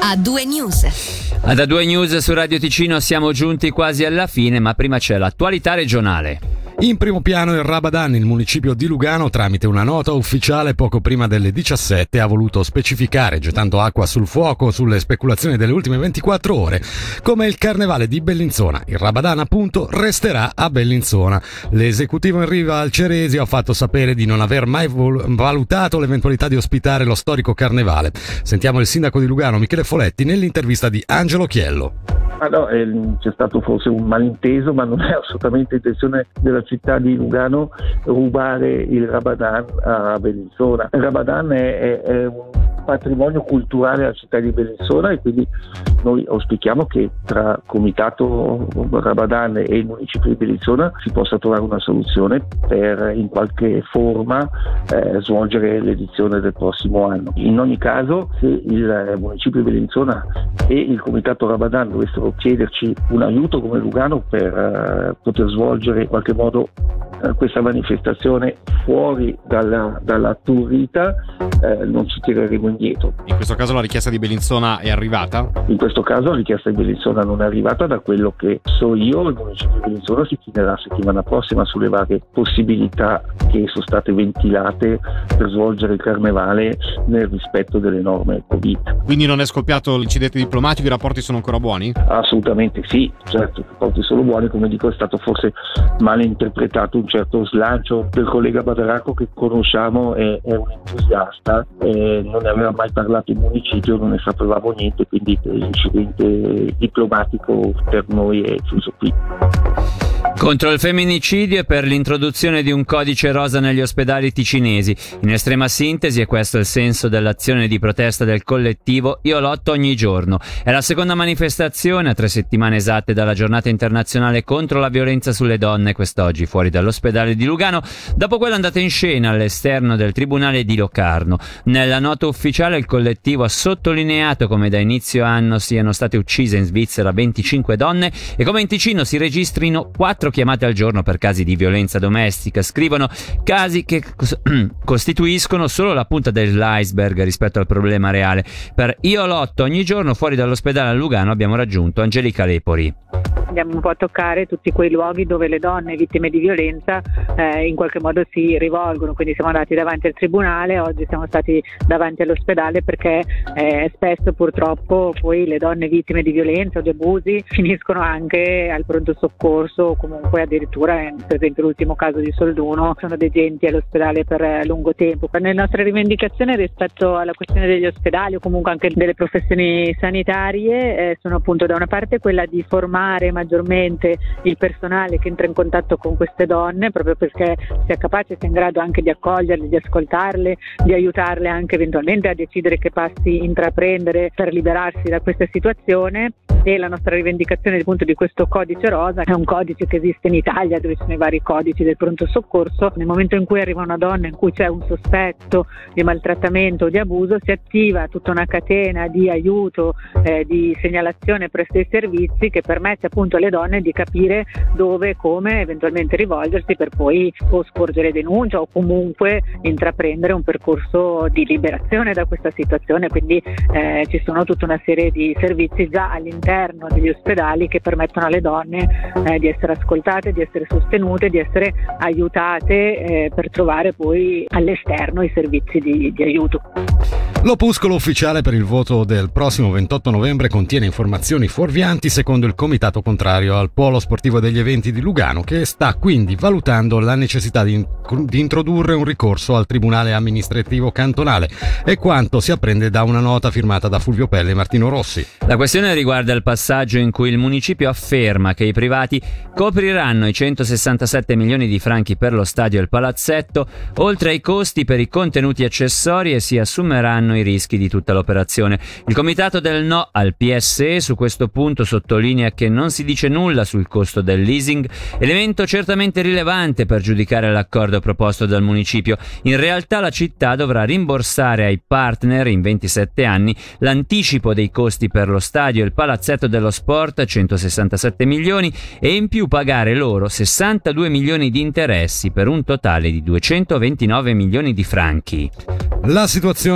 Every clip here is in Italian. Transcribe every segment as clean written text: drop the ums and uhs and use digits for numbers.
A2 News. Ad A2 News su Radio Ticino siamo giunti quasi alla fine, ma prima c'è l'attualità regionale. In primo piano il Rabadan, il municipio di Lugano, tramite una nota ufficiale poco prima delle 17, ha voluto specificare, gettando acqua sul fuoco sulle speculazioni delle ultime 24 ore, come il carnevale di Bellinzona. Il Rabadan, appunto, resterà a Bellinzona. L'esecutivo in riva al Ceresio ha fatto sapere di non aver mai valutato l'eventualità di ospitare lo storico carnevale. Sentiamo il sindaco di Lugano, Michele Foletti, nell'intervista di Angelo Chiello. No, c'è stato forse un malinteso, ma non è assolutamente intenzione della città di Lugano rubare il Rabadan a Bellinzona. Il Rabadan è un patrimonio culturale della città di Bellinzona e quindi noi auspichiamo che tra Comitato Rabadan e il municipio di Bellinzona si possa trovare una soluzione per in qualche forma svolgere l'edizione del prossimo anno. In ogni caso, se il municipio di Bellinzona e il Comitato Rabadan dovessero chiederci un aiuto come Lugano per poter svolgere in qualche modo questa manifestazione fuori dalla Turrita, non ci tireremo indietro. In questo caso la richiesta di Bellinzona è arrivata? In questo caso la richiesta di Bellinzona non è arrivata. Da quello che so io, il municipio di Bellinzona si chiederà settimana prossima sulle varie possibilità che sono state ventilate per svolgere il carnevale nel rispetto delle norme Covid. Quindi non è scoppiato l'incidente diplomatico, i rapporti sono ancora buoni? Assolutamente sì, certo, i rapporti sono buoni. Come dico, è stato forse male interpretato un certo slancio del collega Badaracco, che conosciamo, è un entusiasta, non ne aveva mai parlato in municipio, non ne sapevamo niente, quindi l'incidente diplomatico per noi è chiuso qui. Contro il femminicidio e per l'introduzione di un codice rosa negli ospedali ticinesi. In estrema sintesi è questo il senso dell'azione di protesta del collettivo Io lotto ogni giorno. È la seconda manifestazione a 3 settimane esatte dalla giornata internazionale contro la violenza sulle donne, quest'oggi fuori dall'ospedale di Lugano, dopo quella andata in scena all'esterno del tribunale di Locarno. Nella nota ufficiale il collettivo ha sottolineato come da inizio anno siano state uccise in Svizzera 25 donne e come in Ticino si registrino 4 chiamate al giorno per casi di violenza domestica. Scrivono casi che costituiscono solo la punta dell'iceberg rispetto al problema reale. Per Io lotto ogni giorno fuori dall'ospedale a Lugano abbiamo raggiunto Angelica Lepori. Andiamo un po' a toccare tutti quei luoghi dove le donne vittime di violenza in qualche modo si rivolgono, quindi siamo andati davanti al tribunale, oggi siamo stati davanti all'ospedale perché spesso purtroppo poi le donne vittime di violenza o di abusi finiscono anche al pronto soccorso o comunque addirittura, per esempio l'ultimo caso di Solduno, sono degenti all'ospedale per lungo tempo. Le nostre rivendicazioni rispetto alla questione degli ospedali o comunque anche delle professioni sanitarie sono appunto da una parte quella di formare maggiormente il personale che entra in contatto con queste donne, proprio perché sia capace, sia in grado anche di accoglierle, di ascoltarle, di aiutarle anche eventualmente a decidere che passi intraprendere per liberarsi da questa situazione. E la nostra rivendicazione appunto di questo codice rosa è un codice che esiste in Italia, dove ci sono i vari codici del pronto soccorso. Nel momento in cui arriva una donna in cui c'è un sospetto di maltrattamento o di abuso, si attiva tutta una catena di aiuto, di segnalazione presso i servizi, che permette appunto alle donne di capire dove e come eventualmente rivolgersi per poi o scorgere denuncia o comunque intraprendere un percorso di liberazione da questa situazione. Quindi ci sono tutta una serie di servizi già all'interno degli ospedali che permettono alle donne di essere ascoltate, di essere sostenute, di essere aiutate per trovare poi all'esterno i servizi di aiuto. L'opuscolo ufficiale per il voto del prossimo 28 novembre contiene informazioni fuorvianti secondo il comitato contrario al polo sportivo degli eventi di Lugano, che sta quindi valutando la necessità di introdurre un ricorso al Tribunale amministrativo cantonale, e quanto si apprende da una nota firmata da Fulvio Pelle e Martino Rossi. La questione riguarda il passaggio in cui il municipio afferma che i privati copriranno i 167 milioni di franchi per lo stadio e il palazzetto, oltre ai costi per i contenuti accessori, e si assumeranno i rischi di tutta l'operazione. Il comitato del no al PSE su questo punto sottolinea che non si dice nulla sul costo del leasing, elemento certamente rilevante per giudicare l'accordo proposto dal municipio. In realtà la città dovrà rimborsare ai partner in 27 anni l'anticipo dei costi per lo stadio e il palazzetto dello sport, 167 milioni, e in più pagare loro 62 milioni di interessi per un totale di 229 milioni di franchi. La situazione è incerta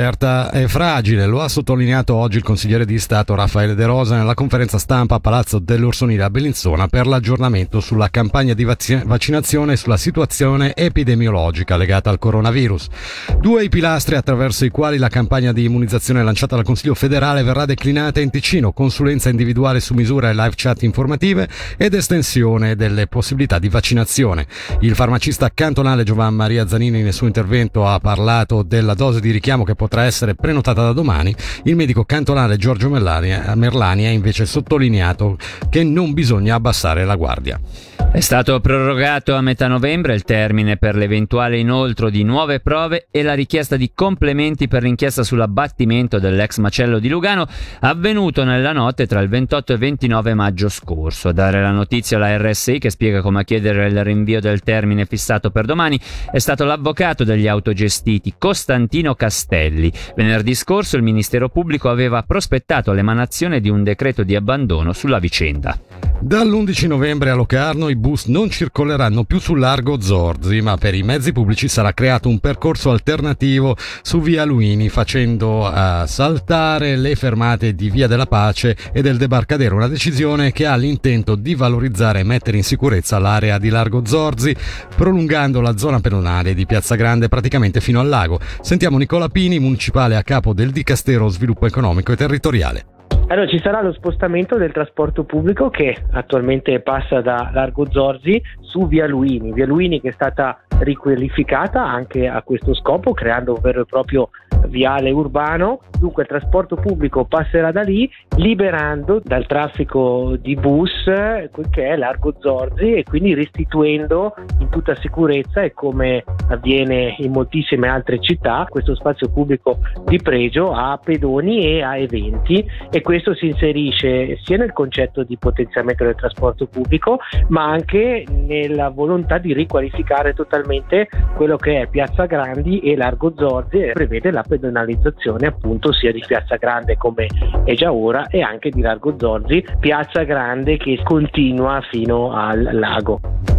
certa è fragile, lo ha sottolineato oggi il consigliere di Stato Raffaele De Rosa nella conferenza stampa a Palazzo dell'Orsolini a Bellinzona per l'aggiornamento sulla campagna di vaccinazione e sulla situazione epidemiologica legata al coronavirus. 2 i pilastri attraverso i quali la campagna di immunizzazione lanciata dal Consiglio federale verrà declinata in Ticino: consulenza individuale su misura e live chat informative ed estensione delle possibilità di vaccinazione. Il farmacista cantonale Giovan Maria Zanini nel suo intervento ha parlato della dose di richiamo che potrà essere prenotata da domani. Il medico cantonale Giorgio Merlani ha invece sottolineato che non bisogna abbassare la guardia. È stato prorogato a metà novembre il termine per l'eventuale inoltro di nuove prove e la richiesta di complementi per l'inchiesta sull'abbattimento dell'ex macello di Lugano, avvenuto nella notte tra il 28 e 29 maggio scorso. A dare la notizia alla RSI, che spiega come a chiedere il rinvio del termine fissato per domani, è stato l'avvocato degli autogestiti Costantino Castelli. Venerdì scorso il Ministero Pubblico aveva prospettato l'emanazione di un decreto di abbandono sulla vicenda. Dall'11 novembre a Locarno i bus non circoleranno più sul largo Zorzi, ma per i mezzi pubblici sarà creato un percorso alternativo su via Luini, facendo saltare le fermate di via della Pace e del Debarcadero, una decisione che ha l'intento di valorizzare e mettere in sicurezza l'area di largo Zorzi, prolungando la zona pedonale di Piazza Grande praticamente fino al lago. Sentiamo Nicola Pini, municipale a capo del Dicastero Sviluppo Economico e Territoriale. Allora, ci sarà lo spostamento del trasporto pubblico che attualmente passa da Largo Zorzi su via Luini che è stata riqualificata anche a questo scopo, creando un vero e proprio viale urbano. Dunque il trasporto pubblico passerà da lì, liberando dal traffico di bus quel che è Largo Zorzi e quindi restituendo in tutta sicurezza, e come avviene in moltissime altre città, questo spazio pubblico di pregio a pedoni e a eventi. E questo si inserisce sia nel concetto di potenziamento del trasporto pubblico, ma anche nella volontà di riqualificare totalmente quello che è Piazza Grandi e Largo Zorzi, e prevede la pedonalizzazione appunto sia di Piazza Grande, come è già ora, e anche di Largo Zorzi, Piazza Grande che continua fino al lago.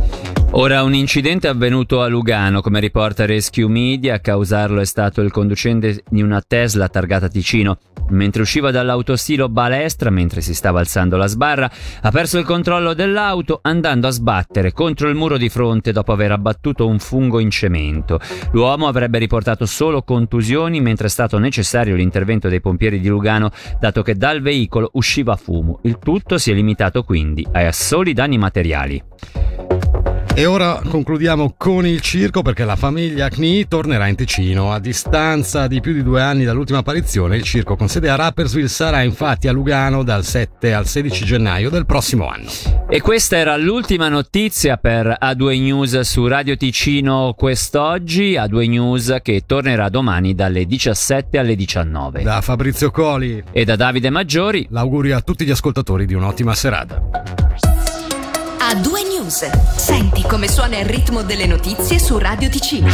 Ora un incidente avvenuto a Lugano, come riporta Rescue Media. A causarlo è stato il conducente di una Tesla targata Ticino. Mentre usciva dall'autostilo Balestra, mentre si stava alzando la sbarra, ha perso il controllo dell'auto andando a sbattere contro il muro di fronte dopo aver abbattuto un fungo in cemento. L'uomo avrebbe riportato solo contusioni, mentre è stato necessario l'intervento dei pompieri di Lugano, dato che dal veicolo usciva fumo. Il tutto si è limitato quindi a soli danni materiali. E ora concludiamo con il circo, perché la famiglia Knie tornerà in Ticino. A distanza di più di 2 anni dall'ultima apparizione, il circo con sede a Rapperswil sarà infatti a Lugano dal 7 al 16 gennaio del prossimo anno. E questa era l'ultima notizia per A2 News su Radio Ticino quest'oggi. A2 News che tornerà domani dalle 17 alle 19. Da Fabrizio Coli e da Davide Maggiori, l'augurio a tutti gli ascoltatori di un'ottima serata. A2 News. Senti come suona il ritmo delle notizie su Radio Ticino.